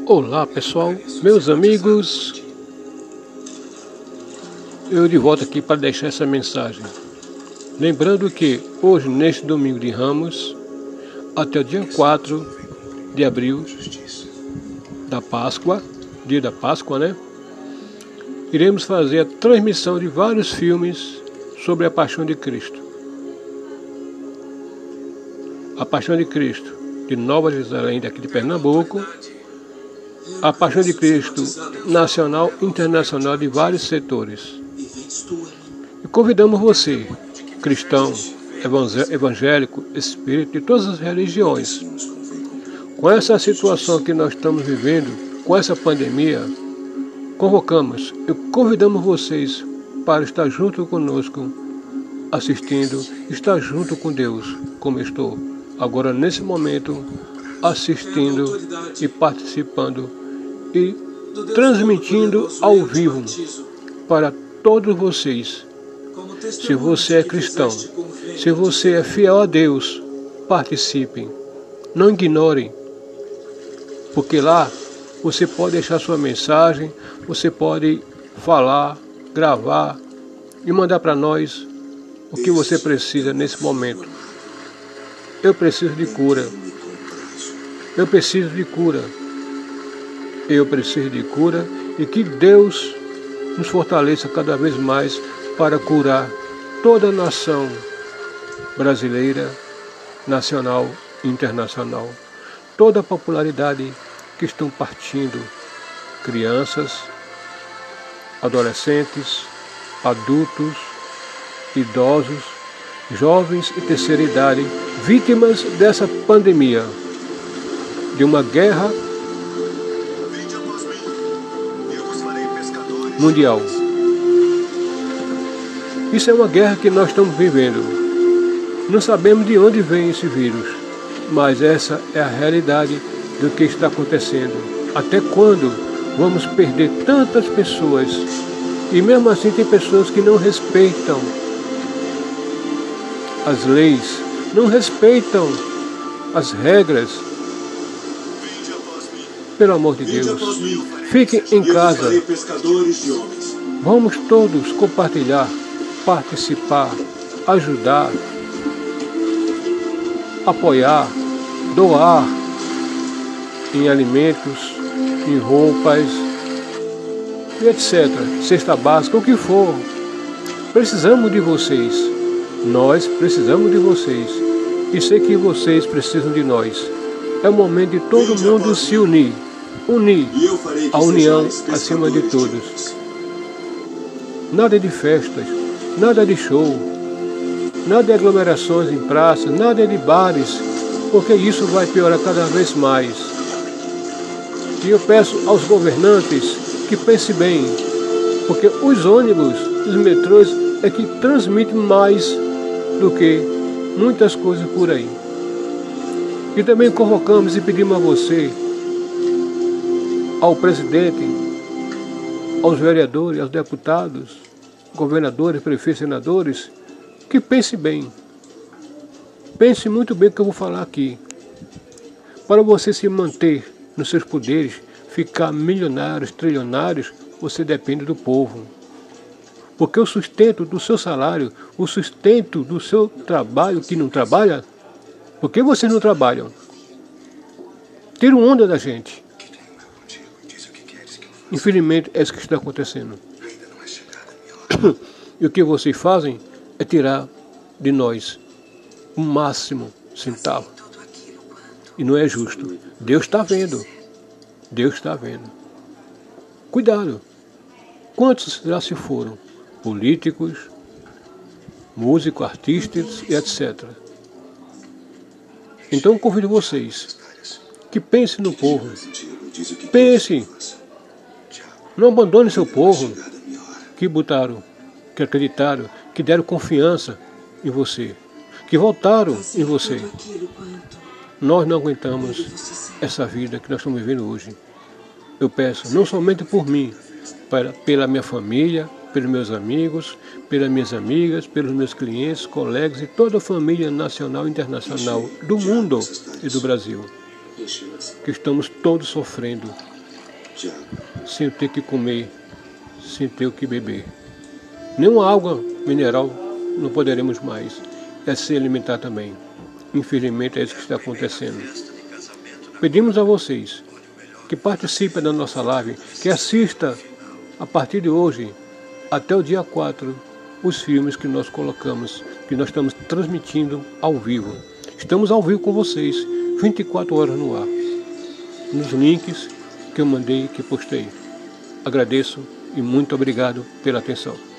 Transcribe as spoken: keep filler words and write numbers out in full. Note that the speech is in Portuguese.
Olá pessoal, meus amigos, eu de volta aqui para deixar essa mensagem. Lembrando que hoje, neste domingo de Ramos, até o dia quatro de abril da Páscoa, dia da Páscoa, né? Iremos fazer a transmissão de vários filmes sobre a Paixão de Cristo. A Paixão de Cristo de Nova Jerusalém, daqui de Pernambuco. A Paixão de Cristo nacional e internacional de vários setores. E convidamos você, cristão, evangélico, espírita, de todas as religiões. Com essa situação que nós estamos vivendo, com essa pandemia, convocamos e convidamos vocês para estar junto conosco, assistindo, estar junto com Deus, como eu estou agora nesse momento, assistindo e participando e transmitindo ao vivo para todos vocês. Se você é cristão, se você é fiel a Deus, participem. Não ignorem, porque lá você pode deixar sua mensagem, você pode falar, gravar e mandar para nós o que você precisa nesse momento. Eu preciso de cura. Eu preciso de cura. Eu preciso de cura e que Deus nos fortaleça cada vez mais para curar toda a nação brasileira, nacional e internacional. Toda a popularidade que estão partindo, crianças, adolescentes, adultos, idosos, jovens e terceira idade, vítimas dessa pandemia, de uma guerra mundial. Isso é uma guerra que nós estamos vivendo. Não sabemos de onde vem esse vírus, mas essa é a realidade do que está acontecendo. Até quando vamos perder tantas pessoas? E mesmo assim tem pessoas que não respeitam as leis, não respeitam as regras. Pelo amor de Deus, fiquem em casa. Vamos todos compartilhar, participar, ajudar, apoiar, doar em alimentos, em roupas, e etcétera. Cesta básica, o que for. Precisamos de vocês. Nós precisamos de vocês. E sei que vocês precisam de nós. É o momento de todo mundo se unir. Unir. A união acima de todos. Nada de festas, nada de show, nada de aglomerações em praças, nada de bares, porque isso vai piorar cada vez mais. E eu peço aos governantes que pensem bem, porque os ônibus, os metrôs é que transmitem mais do que muitas coisas por aí. E também convocamos e pedimos a você, ao presidente, aos vereadores, aos deputados, governadores, prefeitos, senadores, que pense bem. Pense muito bem o que eu vou falar aqui. Para você se manter nos seus poderes, ficar milionários, trilionários, você depende do povo. Porque o sustento do seu salário, o sustento do seu trabalho, que não trabalha, por que vocês não trabalham? Tiram onda da gente. Infelizmente, é isso que está acontecendo. E o que vocês fazem é tirar de nós o máximo centavo. E não é justo. Deus está vendo. Deus está vendo. Cuidado. Quantos já se foram? Políticos, músicos, artistas e etcétera. Então convido vocês que pensem no povo. Pense. Não abandone seu povo que botaram, que acreditaram, que deram confiança em você, que voltaram em você. Nós não aguentamos essa vida que nós estamos vivendo hoje. Eu peço, não somente por mim, para, pela minha família, pelos meus amigos, pelas minhas amigas, pelos meus clientes, colegas e toda a família nacional e internacional do mundo e do Brasil, que estamos todos sofrendo sem ter que comer, sem ter o que beber. Nem uma água mineral não poderemos mais. É se alimentar também. Infelizmente é isso que está acontecendo. Pedimos a vocês que participem da nossa live, que assista a partir de hoje até o dia quatro os filmes que nós colocamos, que nós estamos transmitindo ao vivo. Estamos ao vivo com vocês, vinte e quatro horas no ar, nos links que eu mandei, que postei. Agradeço e muito obrigado pela atenção.